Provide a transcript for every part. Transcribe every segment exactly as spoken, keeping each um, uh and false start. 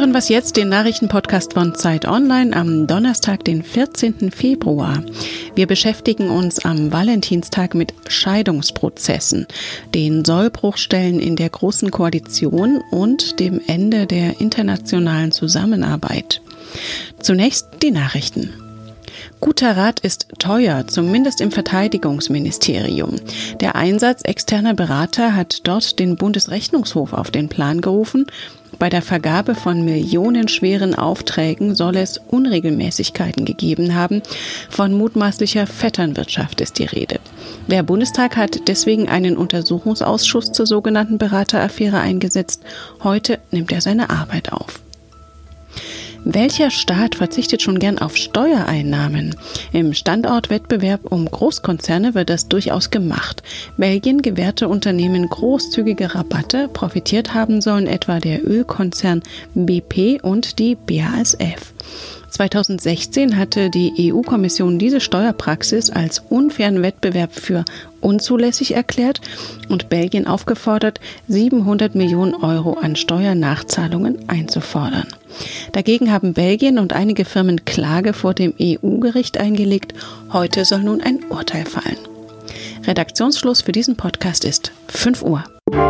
hören Was jetzt, den Nachrichtenpodcast von Zeit Online am Donnerstag, den vierzehnten Februar. Wir beschäftigen uns am Valentinstag mit Scheidungsprozessen, den Sollbruchstellen in der Großen Koalition und dem Ende der internationalen Zusammenarbeit. Zunächst die Nachrichten. Guter Rat ist teuer, zumindest im Verteidigungsministerium. Der Einsatz externer Berater hat dort den Bundesrechnungshof auf den Plan gerufen. Bei der Vergabe von millionenschweren Aufträgen soll es Unregelmäßigkeiten gegeben haben. Von mutmaßlicher Vetternwirtschaft ist die Rede. Der Bundestag hat deswegen einen Untersuchungsausschuss zur sogenannten Berateraffäre eingesetzt. Heute nimmt er seine Arbeit auf. Welcher Staat verzichtet schon gern auf Steuereinnahmen? Im Standortwettbewerb um Großkonzerne wird das durchaus gemacht. Belgien gewährte Unternehmen großzügige Rabatte, profitiert haben sollen etwa der Ölkonzern B P und die B A S F. zweitausendsechzehn hatte die E U-Kommission diese Steuerpraxis als unfairen Wettbewerb für unzulässig erklärt und Belgien aufgefordert, siebenhundert Millionen Euro an Steuernachzahlungen einzufordern. Dagegen haben Belgien und einige Firmen Klage vor dem E U-Gericht eingelegt. Heute soll nun ein Urteil fallen. Redaktionsschluss für diesen Podcast ist fünf Uhr.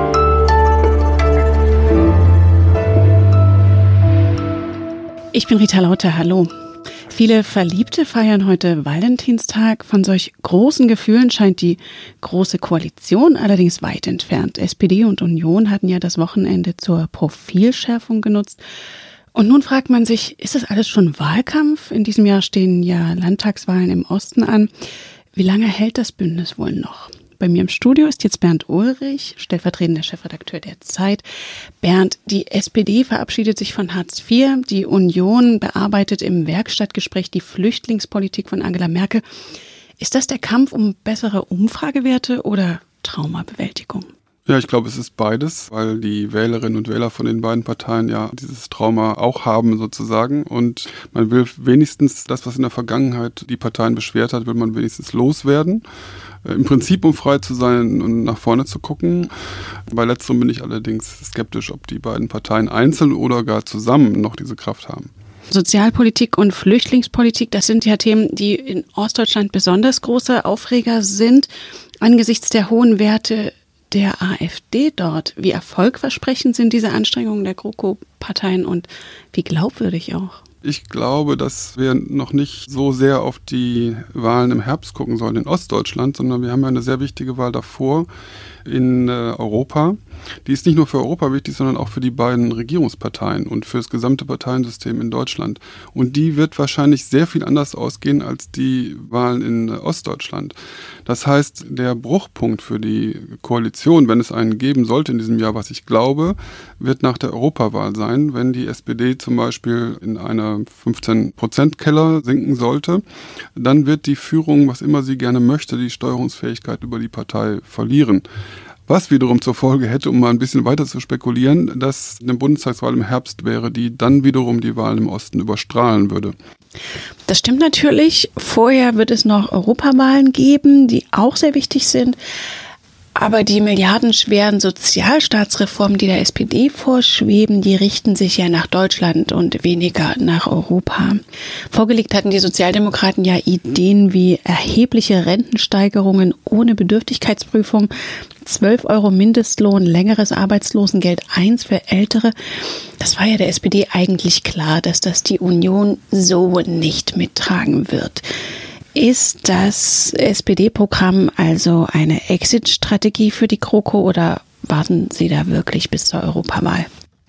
Ich bin Rita Lauter, hallo. Viele Verliebte feiern heute Valentinstag. Von solch großen Gefühlen scheint die Große Koalition allerdings weit entfernt. S P D und Union hatten ja das Wochenende zur Profilschärfung genutzt. Und nun fragt man sich, ist das alles schon Wahlkampf? In diesem Jahr stehen ja Landtagswahlen im Osten an. Wie lange hält das Bündnis wohl noch? Bei mir im Studio ist jetzt Bernd Ulrich, stellvertretender Chefredakteur der Zeit. Bernd, die S P D verabschiedet sich von Hartz vier. Die Union bearbeitet im Werkstattgespräch die Flüchtlingspolitik von Angela Merkel. Ist das der Kampf um bessere Umfragewerte oder Traumabewältigung? Ja, ich glaube, es ist beides, weil die Wählerinnen und Wähler von den beiden Parteien ja dieses Trauma auch haben sozusagen. Und man will wenigstens das, was in der Vergangenheit die Parteien beschwert hat, will man wenigstens loswerden. Im Prinzip, um frei zu sein und nach vorne zu gucken. Bei letzterem bin ich allerdings skeptisch, ob die beiden Parteien einzeln oder gar zusammen noch diese Kraft haben. Sozialpolitik und Flüchtlingspolitik, das sind ja Themen, die in Ostdeutschland besonders große Aufreger sind. Angesichts der hohen Werte der AfD dort, wie erfolgversprechend sind diese Anstrengungen der GroKo-Parteien und wie glaubwürdig auch? Ich glaube, dass wir noch nicht so sehr auf die Wahlen im Herbst gucken sollen in Ostdeutschland, sondern wir haben ja eine sehr wichtige Wahl davor in äh, Europa. Die ist nicht nur für Europa wichtig, sondern auch für die beiden Regierungsparteien und für das gesamte Parteiensystem in Deutschland. Und die wird wahrscheinlich sehr viel anders ausgehen als die Wahlen in äh, Ostdeutschland. Das heißt, der Bruchpunkt für die Koalition, wenn es einen geben sollte in diesem Jahr, was ich glaube, wird nach der Europawahl sein, wenn die S P D zum Beispiel in eine fünfzehn Prozent Keller sinken sollte, dann wird die Führung, was immer sie gerne möchte, die Steuerungsfähigkeit über die Partei verlieren. Was wiederum zur Folge hätte, um mal ein bisschen weiter zu spekulieren, dass eine Bundestagswahl im Herbst wäre, die dann wiederum die Wahlen im Osten überstrahlen würde. Das stimmt natürlich. Vorher wird es noch Europawahlen geben, die auch sehr wichtig sind. Aber die milliardenschweren Sozialstaatsreformen, die der S P D vorschweben, die richten sich ja nach Deutschland und weniger nach Europa. Vorgelegt hatten die Sozialdemokraten ja Ideen wie erhebliche Rentensteigerungen ohne Bedürftigkeitsprüfung, zwölf Euro Mindestlohn, längeres Arbeitslosengeld eins für Ältere. Das war ja der S P D eigentlich klar, dass das die Union so nicht mittragen wird. Ist das S P D-Programm also eine Exit-Strategie für die GroKo oder warten Sie da wirklich bis zur Europawahl?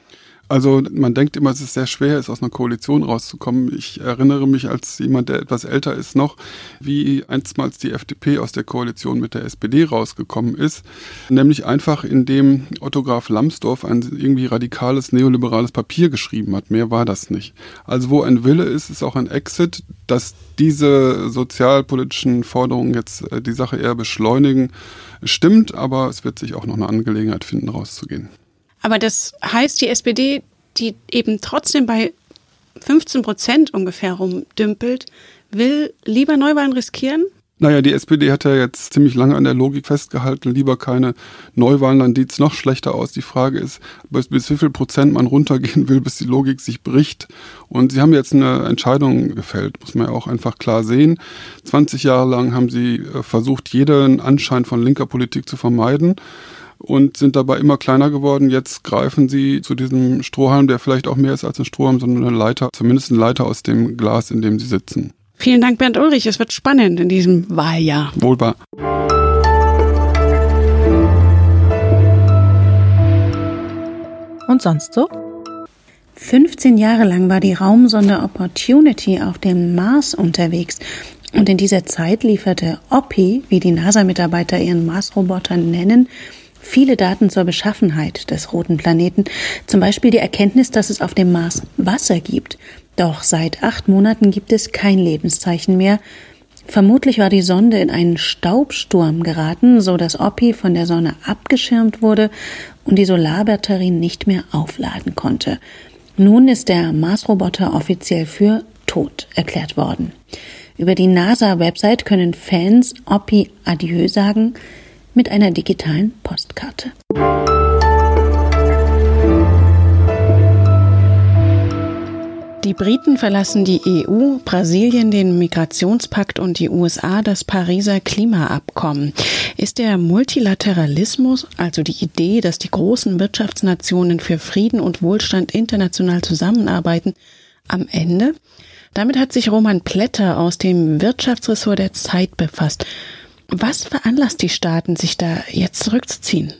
Also man denkt immer, dass es sehr schwer ist, aus einer Koalition rauszukommen. Ich erinnere mich als jemand, der etwas älter ist noch, wie einstmals die F D P aus der Koalition mit der S P D rausgekommen ist. Nämlich einfach, indem Otto Graf Lambsdorff ein irgendwie radikales neoliberales Papier geschrieben hat. Mehr war das nicht. Also wo ein Wille ist, ist auch ein Exit. Dass diese sozialpolitischen Forderungen jetzt die Sache eher beschleunigen, stimmt, aber es wird sich auch noch eine Angelegenheit finden, rauszugehen. Aber das heißt, die S P D, die eben trotzdem bei fünfzehn Prozent ungefähr rumdümpelt, will lieber Neuwahlen riskieren? Naja, die S P D hat ja jetzt ziemlich lange an der Logik festgehalten, lieber keine Neuwahlen, dann sieht es noch schlechter aus. Die Frage ist, bis, bis wie viel Prozent man runtergehen will, bis die Logik sich bricht. Und sie haben jetzt eine Entscheidung gefällt, muss man ja auch einfach klar sehen. zwanzig Jahre lang haben sie versucht, jeden Anschein von linker Politik zu vermeiden und sind dabei immer kleiner geworden. Jetzt greifen sie zu diesem Strohhalm, der vielleicht auch mehr ist als ein Strohhalm, sondern eine Leiter, zumindest eine Leiter aus dem Glas, in dem sie sitzen. Vielen Dank, Bernd Ulrich. Es wird spannend in diesem Wahljahr. Wohl wahr. Und sonst so? fünfzehn Jahre lang war die Raumsonde Opportunity auf dem Mars unterwegs. Und in dieser Zeit lieferte O P I, wie die NASA-Mitarbeiter ihren Mars-Roboter nennen, viele Daten zur Beschaffenheit des roten Planeten. Zum Beispiel die Erkenntnis, dass es auf dem Mars Wasser gibt. Doch seit acht Monaten gibt es kein Lebenszeichen mehr. Vermutlich war die Sonde in einen Staubsturm geraten, so dass O P I von der Sonne abgeschirmt wurde und die Solarbatterien nicht mehr aufladen konnte. Nun ist der Mars-Roboter offiziell für tot erklärt worden. Über die NASA-Website können Fans O P I Adieu sagen mit einer digitalen Postkarte. Die Briten verlassen die E U, Brasilien den Migrationspakt und die U S A das Pariser Klimaabkommen. Ist der Multilateralismus, also die Idee, dass die großen Wirtschaftsnationen für Frieden und Wohlstand international zusammenarbeiten, am Ende? Damit hat sich Roman Plätter aus dem Wirtschaftsressort der Zeit befasst. Was veranlasst die Staaten, sich da jetzt zurückzuziehen?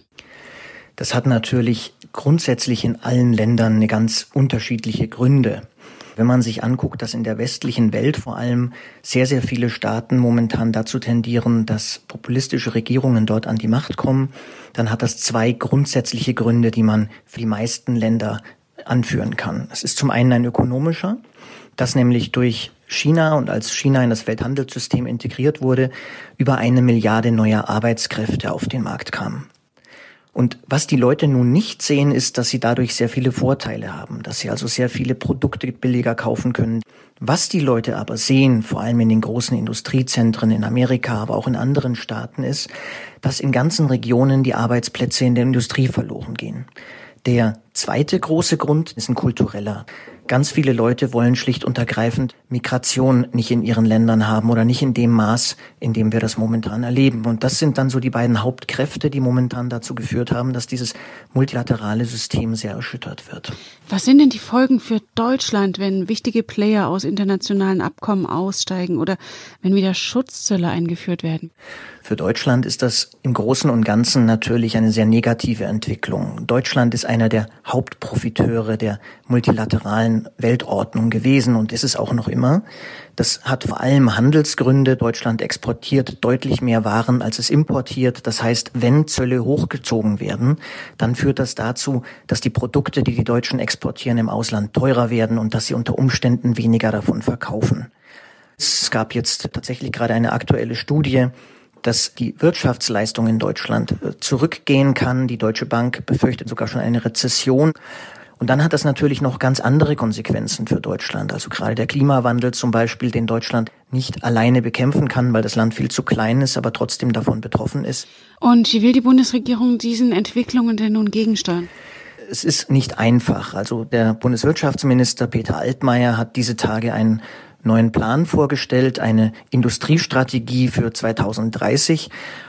Das hat natürlich grundsätzlich in allen Ländern eine ganz unterschiedliche Gründe. Wenn man sich anguckt, dass in der westlichen Welt vor allem sehr, sehr viele Staaten momentan dazu tendieren, dass populistische Regierungen dort an die Macht kommen, dann hat das zwei grundsätzliche Gründe, die man für die meisten Länder anführen kann. Es ist zum einen ein ökonomischer, dass nämlich durch China und als China in das Welthandelssystem integriert wurde, über eine Milliarde neuer Arbeitskräfte auf den Markt kamen. Und was die Leute nun nicht sehen, ist, dass sie dadurch sehr viele Vorteile haben, dass sie also sehr viele Produkte billiger kaufen können. Was die Leute aber sehen, vor allem in den großen Industriezentren in Amerika, aber auch in anderen Staaten, ist, dass in ganzen Regionen die Arbeitsplätze in der Industrie verloren gehen. Der zweite große Grund ist ein kultureller. Ganz viele Leute wollen schlicht und ergreifend Migration nicht in ihren Ländern haben oder nicht in dem Maß, in dem wir das momentan erleben. Und das sind dann so die beiden Hauptkräfte, die momentan dazu geführt haben, dass dieses multilaterale System sehr erschüttert wird. Was sind denn die Folgen für Deutschland, wenn wichtige Player aus internationalen Abkommen aussteigen oder wenn wieder Schutzzölle eingeführt werden? Für Deutschland ist das im Großen und Ganzen natürlich eine sehr negative Entwicklung. Deutschland ist einer der Hauptprofiteure der multilateralen Weltordnung gewesen und ist es auch noch immer. Das hat vor allem Handelsgründe. Deutschland exportiert deutlich mehr Waren, als es importiert. Das heißt, wenn Zölle hochgezogen werden, dann führt das dazu, dass die Produkte, die die Deutschen exportieren, im Ausland teurer werden und dass sie unter Umständen weniger davon verkaufen. Es gab jetzt tatsächlich gerade eine aktuelle Studie, dass die Wirtschaftsleistung in Deutschland zurückgehen kann. Die Deutsche Bank befürchtet sogar schon eine Rezession. Und dann hat das natürlich noch ganz andere Konsequenzen für Deutschland. Also gerade der Klimawandel zum Beispiel, den Deutschland nicht alleine bekämpfen kann, weil das Land viel zu klein ist, aber trotzdem davon betroffen ist. Und wie will die Bundesregierung diesen Entwicklungen denn nun gegensteuern? Es ist nicht einfach. Also der Bundeswirtschaftsminister Peter Altmaier hat diese Tage einen neuen Plan vorgestellt, eine Industriestrategie für zweitausenddreißig.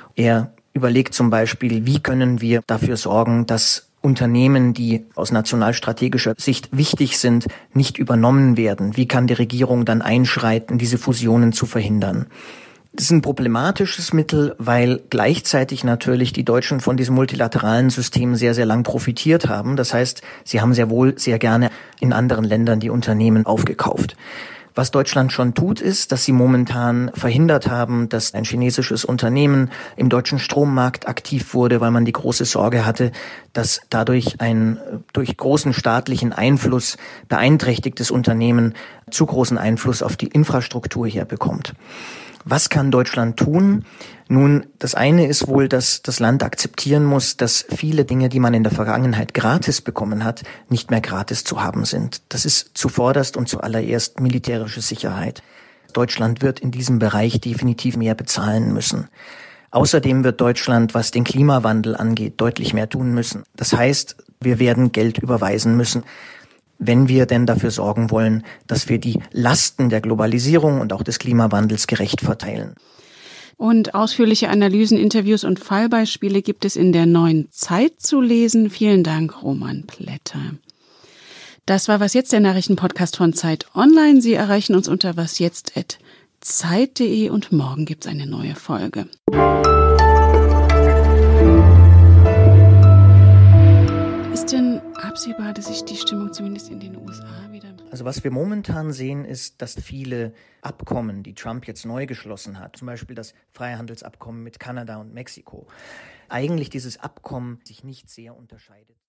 Er überlegt zum Beispiel, wie können wir dafür sorgen, dass Unternehmen, die aus nationalstrategischer Sicht wichtig sind, nicht übernommen werden. Wie kann die Regierung dann einschreiten, diese Fusionen zu verhindern? Das ist ein problematisches Mittel, weil gleichzeitig natürlich die Deutschen von diesem multilateralen System sehr, sehr lang profitiert haben. Das heißt, sie haben sehr wohl sehr gerne in anderen Ländern die Unternehmen aufgekauft. Was Deutschland schon tut, ist, dass sie momentan verhindert haben, dass ein chinesisches Unternehmen im deutschen Strommarkt aktiv wurde, weil man die große Sorge hatte, dass dadurch ein durch großen staatlichen Einfluss beeinträchtigtes Unternehmen zu großen Einfluss auf die Infrastruktur hier bekommt. Was kann Deutschland tun? Nun, das eine ist wohl, dass das Land akzeptieren muss, dass viele Dinge, die man in der Vergangenheit gratis bekommen hat, nicht mehr gratis zu haben sind. Das ist zuvorderst und zuallererst militärische Sicherheit. Deutschland wird in diesem Bereich definitiv mehr bezahlen müssen. Außerdem wird Deutschland, was den Klimawandel angeht, deutlich mehr tun müssen. Das heißt, wir werden Geld überweisen müssen, wenn wir denn dafür sorgen wollen, dass wir die Lasten der Globalisierung und auch des Klimawandels gerecht verteilen. Und ausführliche Analysen, Interviews und Fallbeispiele gibt es in der Neuen Zeit zu lesen. Vielen Dank, Roman Plätter. Das war Was Jetzt, der Nachrichtenpodcast von Zeit Online. Sie erreichen uns unter wasjetzt at zeit punkt de und morgen gibt's eine neue Folge. Ist denn absehbar, dass sich die Stimmung zumindest in den U S A wieder... Also was wir momentan sehen, ist, dass viele Abkommen, die Trump jetzt neu geschlossen hat, zum Beispiel das Freihandelsabkommen mit Kanada und Mexiko, eigentlich dieses Abkommen sich nicht sehr unterscheidet.